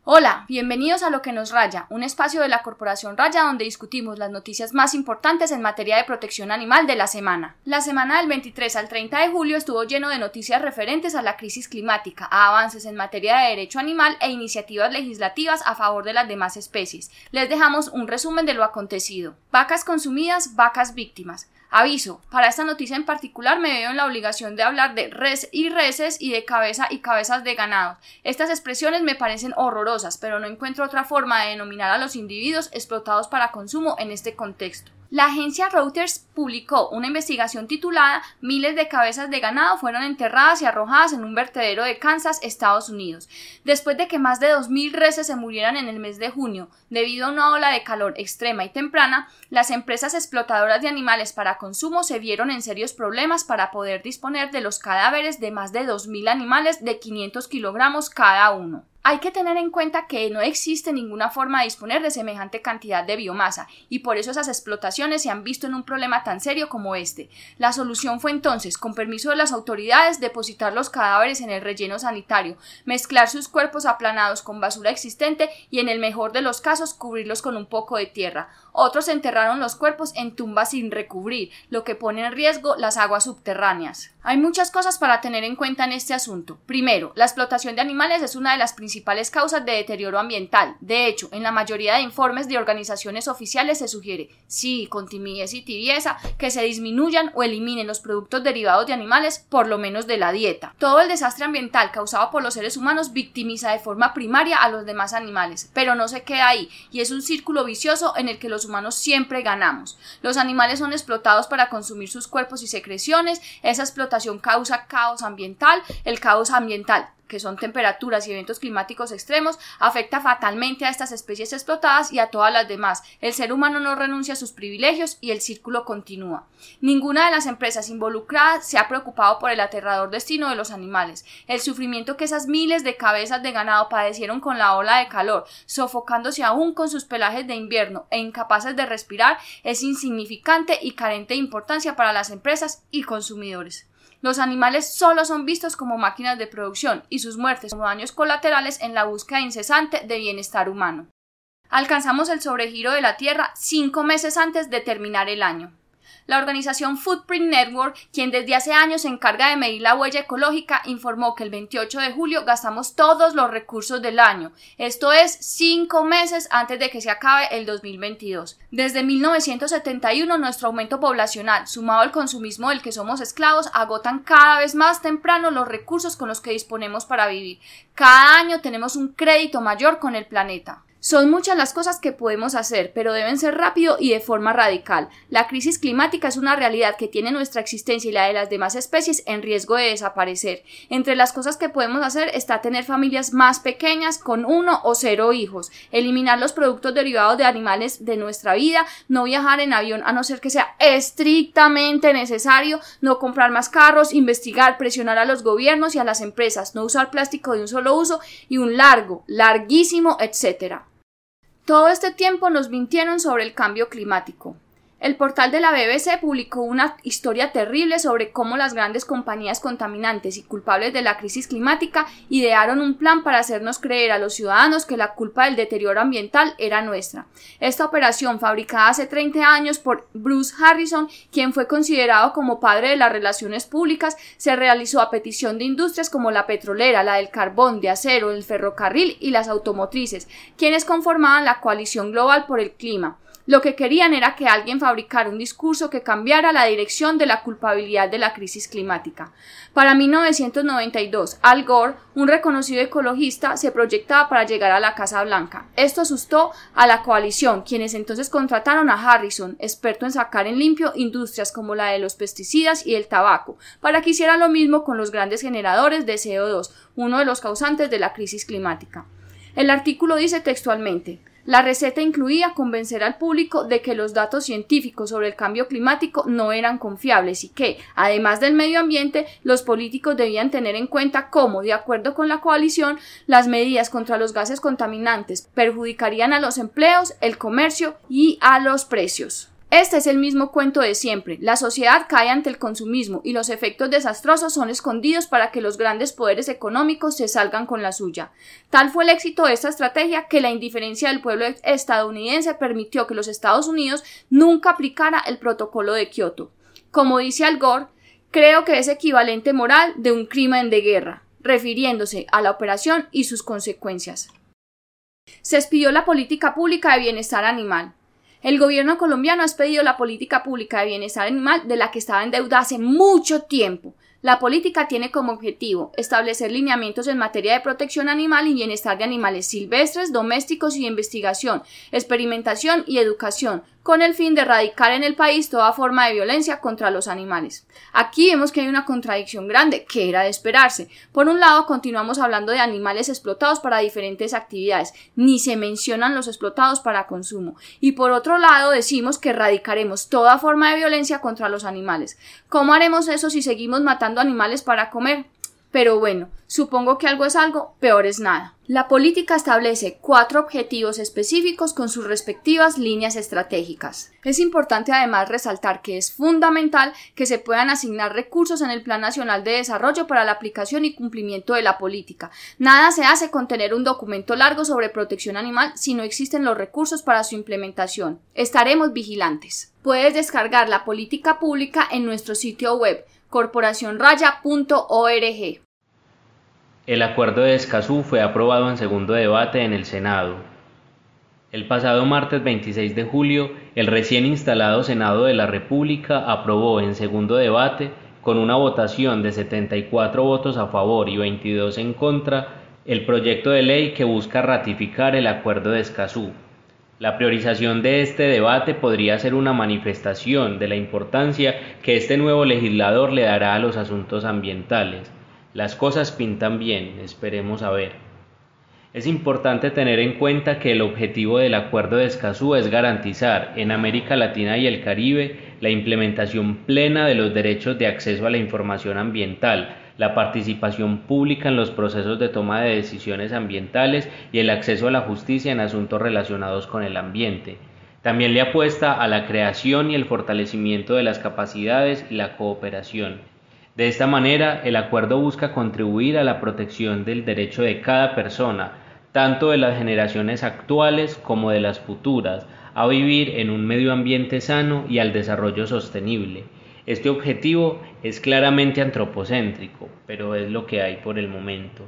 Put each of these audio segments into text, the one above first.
Hola, bienvenidos a Lo que nos raya, un espacio de la Corporación Raya donde discutimos las noticias más importantes en materia de protección animal de la semana. La semana del 23 al 30 de julio estuvo lleno de noticias referentes a la crisis climática, a avances en materia de derecho animal e iniciativas legislativas a favor de las demás especies. Les dejamos un resumen de lo acontecido. Vacas consumidas, vacas víctimas. Aviso, para esta noticia en particular me veo en la obligación de hablar de res y reses y de cabeza y cabezas de ganado. Estas expresiones me parecen horrorosas, pero no encuentro otra forma de denominar a los individuos explotados para consumo en este contexto. La agencia Reuters publicó una investigación titulada «Miles de cabezas de ganado fueron enterradas y arrojadas en un vertedero de Kansas, Estados Unidos», después de que más de 2.000 reses se murieran en el mes de junio debido a una ola de calor extrema y temprana. Las empresas explotadoras de animales para consumo se vieron en serios problemas para poder disponer de los cadáveres de más de 2.000 animales de 500 kilogramos cada uno. Hay que tener en cuenta que no existe ninguna forma de disponer de semejante cantidad de biomasa y por eso esas explotaciones se han visto en un problema tan serio como este. La solución fue entonces, con permiso de las autoridades, depositar los cadáveres en el relleno sanitario, mezclar sus cuerpos aplanados con basura existente y en el mejor de los casos cubrirlos con un poco de tierra. Otros enterraron los cuerpos en tumbas sin recubrir, lo que pone en riesgo las aguas subterráneas. Hay muchas cosas para tener en cuenta en este asunto. Primero, la explotación de animales es una de las principales causas de deterioro ambiental. De hecho, en la mayoría de informes de organizaciones oficiales se sugiere, sí, con timidez y tibieza, que se disminuyan o eliminen los productos derivados de animales, por lo menos de la dieta. Todo el desastre ambiental causado por los seres humanos victimiza de forma primaria a los demás animales, pero no se queda ahí, y es un círculo vicioso en el que los humanos siempre ganamos. Los animales son explotados para consumir sus cuerpos y secreciones. Esa explotación causa caos ambiental. El caos ambiental, que son temperaturas y eventos climáticos extremos, afecta fatalmente a estas especies explotadas y a todas las demás. El ser humano no renuncia a sus privilegios y el círculo continúa. Ninguna de las empresas involucradas se ha preocupado por el aterrador destino de los animales. El sufrimiento que esas miles de cabezas de ganado padecieron con la ola de calor, sofocándose aún con sus pelajes de invierno e incapaces de respirar, es insignificante y carente de importancia para las empresas y consumidores. Los animales solo son vistos como máquinas de producción y sus muertes como daños colaterales en la búsqueda incesante de bienestar humano. Alcanzamos el sobregiro de la Tierra 5 meses antes de terminar el año. La organización Footprint Network, quien desde hace años se encarga de medir la huella ecológica, informó que el 28 de julio gastamos todos los recursos del año, esto es 5 meses antes de que se acabe el 2022. Desde 1971 nuestro aumento poblacional, sumado al consumismo del que somos esclavos, agotan cada vez más temprano los recursos con los que disponemos para vivir. Cada año tenemos un crédito mayor con el planeta. Son muchas las cosas que podemos hacer, pero deben ser rápido y de forma radical. La crisis climática es una realidad que tiene nuestra existencia y la de las demás especies en riesgo de desaparecer. Entre las cosas que podemos hacer está tener familias más pequeñas con 1 o 0 hijos, eliminar los productos derivados de animales de nuestra vida, no viajar en avión a no ser que sea estrictamente necesario, no comprar más carros, investigar, presionar a los gobiernos y a las empresas, no usar plástico de un solo uso y un larguísimo, etcétera. Todo este tiempo nos mintieron sobre el cambio climático. El portal de la BBC publicó una historia terrible sobre cómo las grandes compañías contaminantes y culpables de la crisis climática idearon un plan para hacernos creer a los ciudadanos que la culpa del deterioro ambiental era nuestra. Esta operación, fabricada hace 30 años por Bruce Harrison, quien fue considerado como padre de las relaciones públicas, se realizó a petición de industrias como la petrolera, la del carbón, de acero, el ferrocarril y las automotrices, quienes conformaban la Coalición Global por el Clima. Lo que querían era que alguien fabricara un discurso que cambiara la dirección de la culpabilidad de la crisis climática. Para 1992, Al Gore, un reconocido ecologista, se proyectaba para llegar a la Casa Blanca. Esto asustó a la coalición, quienes entonces contrataron a Harrison, experto en sacar en limpio industrias como la de los pesticidas y el tabaco, para que hiciera lo mismo con los grandes generadores de CO2, uno de los causantes de la crisis climática. El artículo dice textualmente: la receta incluía convencer al público de que los datos científicos sobre el cambio climático no eran confiables y que, además del medio ambiente, los políticos debían tener en cuenta cómo, de acuerdo con la coalición, las medidas contra los gases contaminantes perjudicarían a los empleos, el comercio y a los precios. Este es el mismo cuento de siempre. La sociedad cae ante el consumismo y los efectos desastrosos son escondidos para que los grandes poderes económicos se salgan con la suya. Tal fue el éxito de esta estrategia que la indiferencia del pueblo estadounidense permitió que los Estados Unidos nunca aplicara el protocolo de Kioto. Como dice Al Gore, creo que es equivalente moral de un crimen de guerra, refiriéndose a la operación y sus consecuencias. Se expidió la política pública de bienestar animal. El gobierno colombiano ha expedido la política pública de bienestar animal de la que estaba en deuda hace mucho tiempo. La política tiene como objetivo establecer lineamientos en materia de protección animal y bienestar de animales silvestres, domésticos y de investigación, experimentación y educación, con el fin de erradicar en el país toda forma de violencia contra los animales. Aquí vemos que hay una contradicción grande, que era de esperarse. Por un lado, continuamos hablando de animales explotados para diferentes actividades, ni se mencionan los explotados para consumo. Y por otro lado, decimos que erradicaremos toda forma de violencia contra los animales. ¿Cómo haremos eso si seguimos matando animales para comer? Pero bueno, supongo que algo es algo, peor es nada. La política establece 4 objetivos específicos con sus respectivas líneas estratégicas. Es importante además resaltar que es fundamental que se puedan asignar recursos en el Plan Nacional de Desarrollo para la aplicación y cumplimiento de la política. Nada se hace con tener un documento largo sobre protección animal si no existen los recursos para su implementación. Estaremos vigilantes. Puedes descargar la política pública en nuestro sitio web corporacionraya.org. El acuerdo de Escazú fue aprobado en segundo debate en el Senado. El pasado martes 26 de julio, el recién instalado Senado de la República aprobó en segundo debate, con una votación de 74 votos a favor y 22 en contra, el proyecto de ley que busca ratificar el acuerdo de Escazú. La priorización de este debate podría ser una manifestación de la importancia que este nuevo legislador le dará a los asuntos ambientales. Las cosas pintan bien, esperemos a ver. Es importante tener en cuenta que el objetivo del Acuerdo de Escazú es garantizar en América Latina y el Caribe la implementación plena de los derechos de acceso a la información ambiental, la participación pública en los procesos de toma de decisiones ambientales y el acceso a la justicia en asuntos relacionados con el ambiente. También le apuesta a la creación y el fortalecimiento de las capacidades y la cooperación. De esta manera, el acuerdo busca contribuir a la protección del derecho de cada persona, tanto de las generaciones actuales como de las futuras, a vivir en un medio ambiente sano y al desarrollo sostenible. Este objetivo es claramente antropocéntrico, pero es lo que hay por el momento.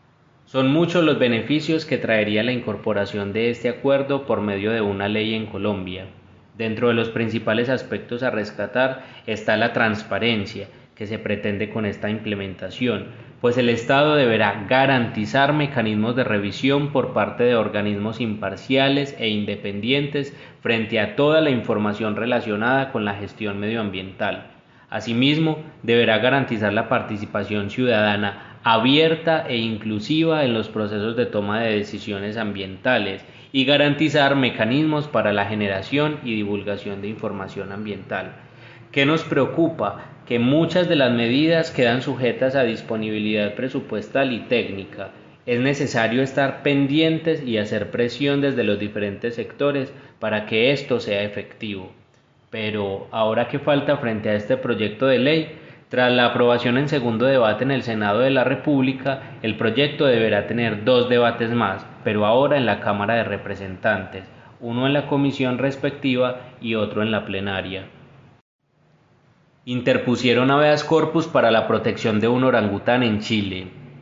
Son muchos los beneficios que traería la incorporación de este acuerdo por medio de una ley en Colombia. Dentro de los principales aspectos a rescatar está la transparencia que se pretende con esta implementación, pues el Estado deberá garantizar mecanismos de revisión por parte de organismos imparciales e independientes frente a toda la información relacionada con la gestión medioambiental. Asimismo, deberá garantizar la participación ciudadana abierta e inclusiva en los procesos de toma de decisiones ambientales y garantizar mecanismos para la generación y divulgación de información ambiental. ¿Qué nos preocupa? Que muchas de las medidas quedan sujetas a disponibilidad presupuestal y técnica. Es necesario estar pendientes y hacer presión desde los diferentes sectores para que esto sea efectivo. Pero, ¿ahora qué falta frente a este proyecto de ley? Tras la aprobación en segundo debate en el Senado de la República, el proyecto deberá tener 2 debates más, pero ahora en la Cámara de Representantes, uno en la comisión respectiva y otro en la plenaria. Interpusieron habeas corpus para la protección de un orangután en Chile.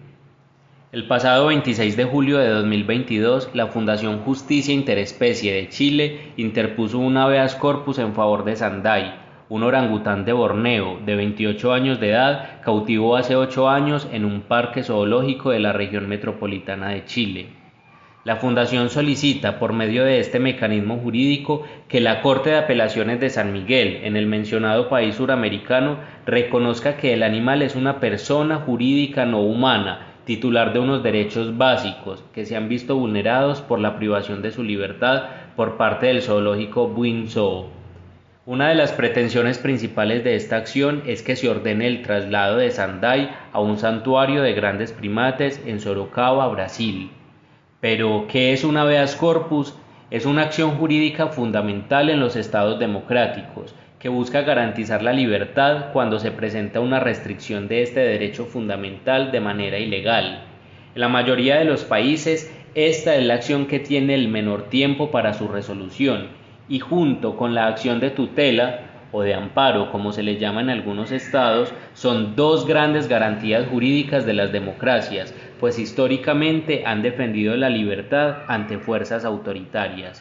El pasado 26 de julio de 2022, la Fundación Justicia Interespecie de Chile interpuso un habeas corpus en favor de Sandai, un orangután de Borneo de 28 años de edad, cautivo hace 8 años en un parque zoológico de la región metropolitana de Chile. La Fundación solicita, por medio de este mecanismo jurídico, que la Corte de Apelaciones de San Miguel, en el mencionado país suramericano, reconozca que el animal es una persona jurídica no humana, titular de unos derechos básicos, que se han visto vulnerados por la privación de su libertad por parte del zoológico Buin Zoo. Una de las pretensiones principales de esta acción es que se ordene el traslado de Sandai a un santuario de grandes primates en Sorocaba, Brasil. Pero, ¿qué es un habeas corpus? Es una acción jurídica fundamental en los estados democráticos, que busca garantizar la libertad cuando se presenta una restricción de este derecho fundamental de manera ilegal. En la mayoría de los países, esta es la acción que tiene el menor tiempo para su resolución, y junto con la acción de tutela, o de amparo, como se le llama en algunos estados, son dos grandes garantías jurídicas de las democracias, pues históricamente han defendido la libertad ante fuerzas autoritarias.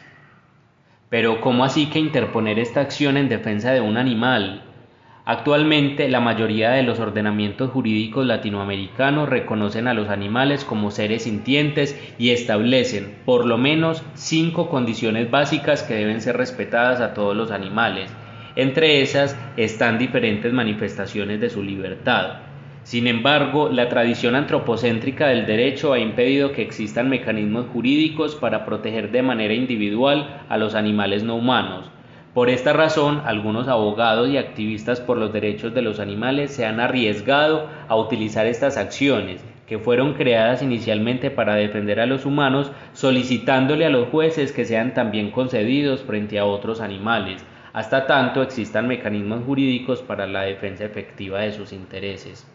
Pero ¿cómo así que interponer esta acción en defensa de un animal? Actualmente, la mayoría de los ordenamientos jurídicos latinoamericanos reconocen a los animales como seres sintientes y establecen, por lo menos, 5 condiciones básicas que deben ser respetadas a todos los animales. Entre esas están diferentes manifestaciones de su libertad. Sin embargo, la tradición antropocéntrica del derecho ha impedido que existan mecanismos jurídicos para proteger de manera individual a los animales no humanos. Por esta razón, algunos abogados y activistas por los derechos de los animales se han arriesgado a utilizar estas acciones, que fueron creadas inicialmente para defender a los humanos, solicitándole a los jueces que sean también concedidos frente a otros animales, hasta tanto existan mecanismos jurídicos para la defensa efectiva de sus intereses.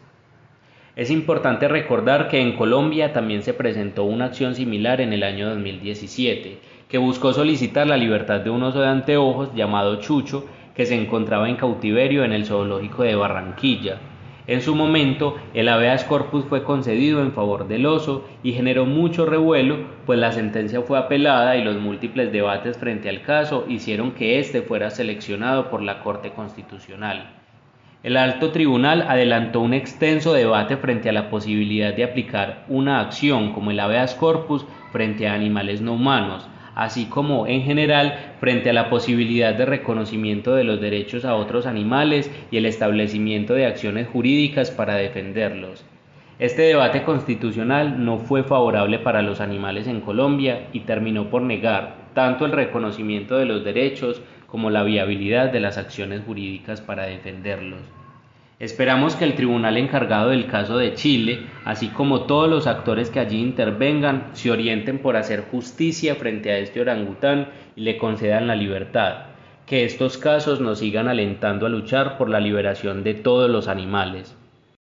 Es importante recordar que en Colombia también se presentó una acción similar en el año 2017, que buscó solicitar la libertad de un oso de anteojos llamado Chucho, que se encontraba en cautiverio en el zoológico de Barranquilla. En su momento, el habeas corpus fue concedido en favor del oso y generó mucho revuelo, pues la sentencia fue apelada y los múltiples debates frente al caso hicieron que éste fuera seleccionado por la Corte Constitucional. El alto tribunal adelantó un extenso debate frente a la posibilidad de aplicar una acción como el habeas corpus frente a animales no humanos, así como, en general, frente a la posibilidad de reconocimiento de los derechos a otros animales y el establecimiento de acciones jurídicas para defenderlos. Este debate constitucional no fue favorable para los animales en Colombia y terminó por negar tanto el reconocimiento de los derechos como la viabilidad de las acciones jurídicas para defenderlos. Esperamos que el tribunal encargado del caso de Chile, así como todos los actores que allí intervengan, se orienten por hacer justicia frente a este orangután y le concedan la libertad. Que estos casos nos sigan alentando a luchar por la liberación de todos los animales.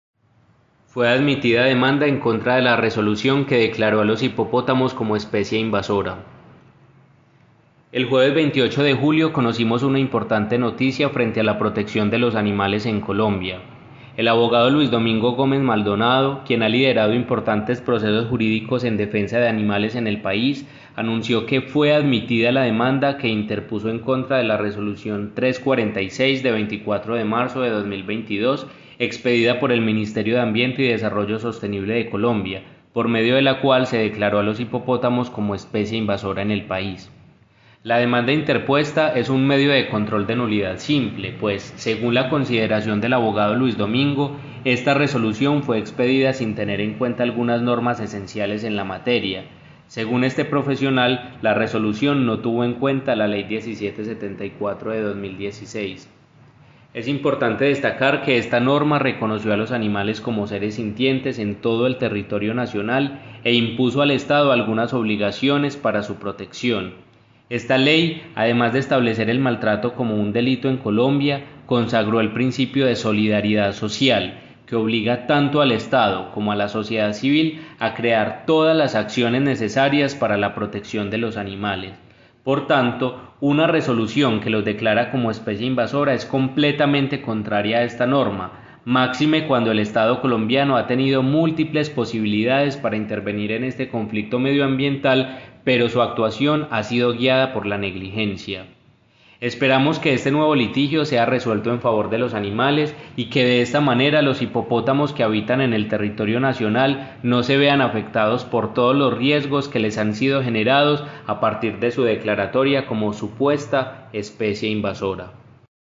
Fue admitida demanda en contra de la resolución que declaró a los hipopótamos como especie invasora. El jueves 28 de julio conocimos una importante noticia frente a la protección de los animales en Colombia. El abogado Luis Domingo Gómez Maldonado, quien ha liderado importantes procesos jurídicos en defensa de animales en el país, anunció que fue admitida la demanda que interpuso en contra de la resolución 346 de 24 de marzo de 2022, expedida por el Ministerio de Ambiente y Desarrollo Sostenible de Colombia, por medio de la cual se declaró a los hipopótamos como especie invasora en el país. La demanda interpuesta es un medio de control de nulidad simple, pues, según la consideración del abogado Luis Domingo, esta resolución fue expedida sin tener en cuenta algunas normas esenciales en la materia. Según este profesional, la resolución no tuvo en cuenta la Ley 1774 de 2016. Es importante destacar que esta norma reconoció a los animales como seres sintientes en todo el territorio nacional e impuso al Estado algunas obligaciones para su protección. Esta ley, además de establecer el maltrato como un delito en Colombia, consagró el principio de solidaridad social, que obliga tanto al Estado como a la sociedad civil a crear todas las acciones necesarias para la protección de los animales. Por tanto, una resolución que los declara como especie invasora es completamente contraria a esta norma, máxime cuando el Estado colombiano ha tenido múltiples posibilidades para intervenir en este conflicto medioambiental, pero su actuación ha sido guiada por la negligencia. Esperamos que este nuevo litigio sea resuelto en favor de los animales y que de esta manera los hipopótamos que habitan en el territorio nacional no se vean afectados por todos los riesgos que les han sido generados a partir de su declaratoria como supuesta especie invasora.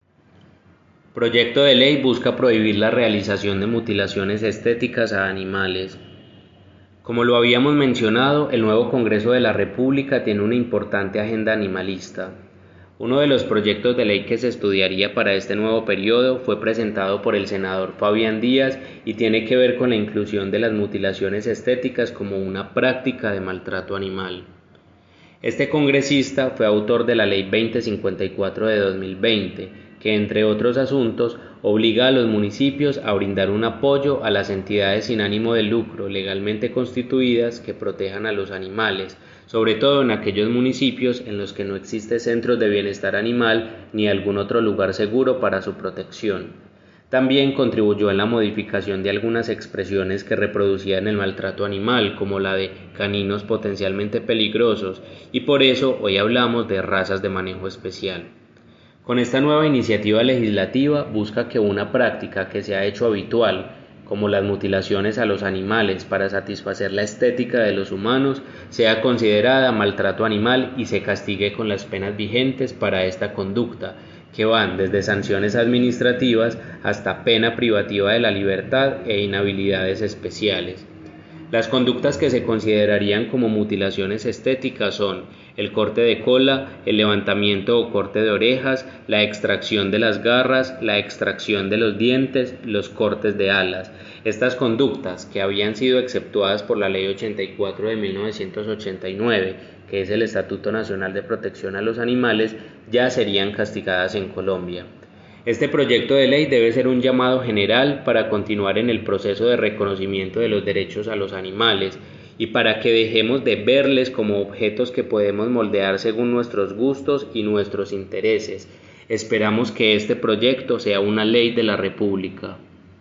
Proyecto de ley busca prohibir la realización de mutilaciones estéticas a animales. Como lo habíamos mencionado, el nuevo Congreso de la República tiene una importante agenda animalista. Uno de los proyectos de ley que se estudiaría para este nuevo periodo fue presentado por el senador Fabián Díaz y tiene que ver con la inclusión de las mutilaciones estéticas como una práctica de maltrato animal. Este congresista fue autor de la Ley 2054 de 2020, que entre otros asuntos obliga a los municipios a brindar un apoyo a las entidades sin ánimo de lucro legalmente constituidas que protejan a los animales, sobre todo en aquellos municipios en los que no existe centros de bienestar animal ni algún otro lugar seguro para su protección. También contribuyó en la modificación de algunas expresiones que reproducían el maltrato animal, como la de caninos potencialmente peligrosos, y por eso hoy hablamos de razas de manejo especial. Con esta nueva iniciativa legislativa busca que una práctica que se ha hecho habitual, como las mutilaciones a los animales para satisfacer la estética de los humanos, sea considerada maltrato animal y se castigue con las penas vigentes para esta conducta, que van desde sanciones administrativas hasta pena privativa de la libertad e inhabilidades especiales. Las conductas que se considerarían como mutilaciones estéticas son el corte de cola, el levantamiento o corte de orejas, la extracción de las garras, la extracción de los dientes, los cortes de alas. Estas conductas, que habían sido exceptuadas por la Ley 84 de 1989, que es el Estatuto Nacional de Protección a los Animales, ya serían castigadas en Colombia. Este proyecto de ley debe ser un llamado general para continuar en el proceso de reconocimiento de los derechos a los animales y para que dejemos de verles como objetos que podemos moldear según nuestros gustos y nuestros intereses. Esperamos que este proyecto sea una ley de la República.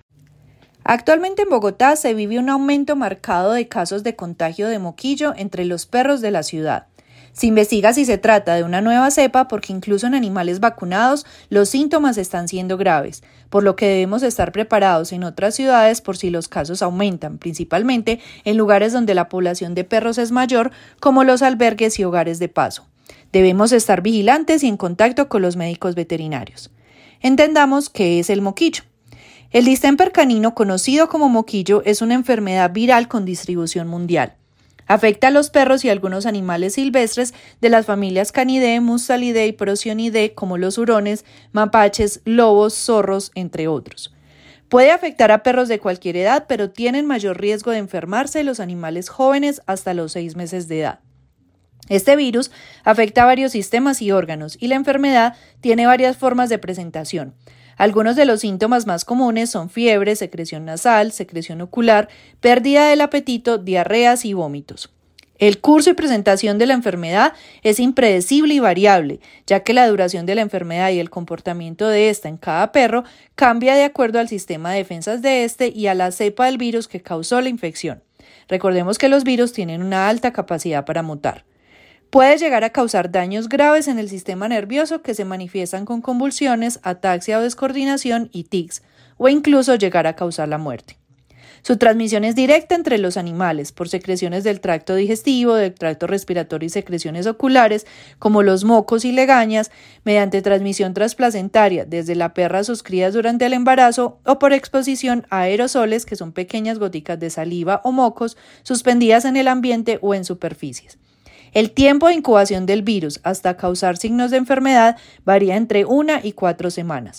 Actualmente en Bogotá se vive un aumento marcado de casos de contagio de moquillo entre los perros de la ciudad. Se investiga si se trata de una nueva cepa porque incluso en animales vacunados los síntomas están siendo graves, por lo que debemos estar preparados en otras ciudades por si los casos aumentan, principalmente en lugares donde la población de perros es mayor, como los albergues y hogares de paso. Debemos estar vigilantes y en contacto con los médicos veterinarios. Entendamos qué es el moquillo. El distemper canino, conocido como moquillo, es una enfermedad viral con distribución mundial. Afecta a los perros y algunos animales silvestres de las familias Canidae, Mustelidae y Procyon como los hurones, mapaches, lobos, zorros, entre otros. Puede afectar a perros de cualquier edad, pero tienen mayor riesgo de enfermarse los animales jóvenes hasta los 6 meses de edad. Este virus afecta a varios sistemas y órganos y la enfermedad tiene varias formas de presentación. Algunos de los síntomas más comunes son fiebre, secreción nasal, secreción ocular, pérdida del apetito, diarreas y vómitos. El curso y presentación de la enfermedad es impredecible y variable, ya que la duración de la enfermedad y el comportamiento de esta en cada perro cambia de acuerdo al sistema de defensas de este y a la cepa del virus que causó la infección. Recordemos que los virus tienen una alta capacidad para mutar. Puede llegar a causar daños graves en el sistema nervioso que se manifiestan con convulsiones, ataxia o descoordinación y tics, o incluso llegar a causar la muerte. Su transmisión es directa entre los animales por secreciones del tracto digestivo, del tracto respiratorio y secreciones oculares, como los mocos y legañas, mediante transmisión transplacentaria desde la perra a sus crías durante el embarazo o por exposición a aerosoles, que son pequeñas goticas de saliva o mocos suspendidas en el ambiente o en superficies. El tiempo de incubación del virus hasta causar signos de enfermedad varía entre 1 y 4 semanas.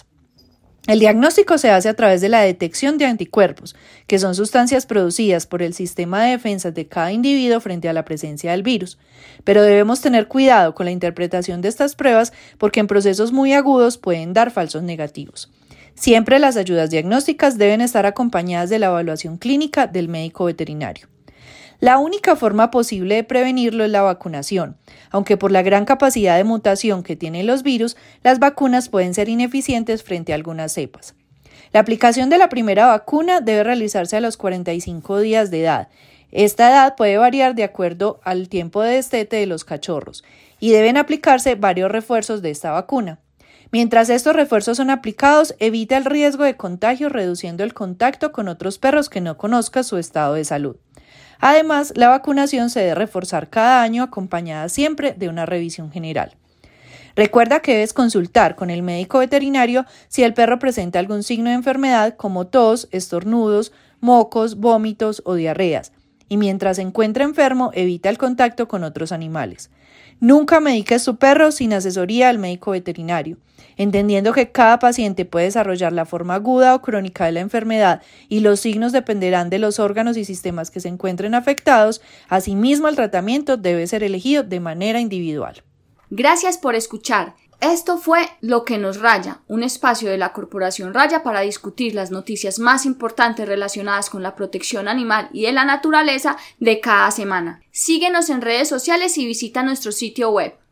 El diagnóstico se hace a través de la detección de anticuerpos, que son sustancias producidas por el sistema de defensas de cada individuo frente a la presencia del virus. Pero debemos tener cuidado con la interpretación de estas pruebas porque en procesos muy agudos pueden dar falsos negativos. Siempre las ayudas diagnósticas deben estar acompañadas de la evaluación clínica del médico veterinario. La única forma posible de prevenirlo es la vacunación, aunque por la gran capacidad de mutación que tienen los virus, las vacunas pueden ser ineficientes frente a algunas cepas. La aplicación de la primera vacuna debe realizarse a los 45 días de edad. Esta edad puede variar de acuerdo al tiempo de destete de los cachorros y deben aplicarse varios refuerzos de esta vacuna. Mientras estos refuerzos son aplicados, evita el riesgo de contagio reduciendo el contacto con otros perros que no conozcan su estado de salud. Además, la vacunación se debe reforzar cada año acompañada siempre de una revisión general. Recuerda que debes consultar con el médico veterinario si el perro presenta algún signo de enfermedad como tos, estornudos, mocos, vómitos o diarreas y mientras se encuentra enfermo evita el contacto con otros animales. Nunca mediques tu perro sin asesoría del médico veterinario, entendiendo que cada paciente puede desarrollar la forma aguda o crónica de la enfermedad y los signos dependerán de los órganos y sistemas que se encuentren afectados. Asimismo, el tratamiento debe ser elegido de manera individual. Gracias por escuchar. Esto fue Lo que nos raya, un espacio de la Corporación Raya para discutir las noticias más importantes relacionadas con la protección animal y de la naturaleza de cada semana. Síguenos en redes sociales y visita nuestro sitio web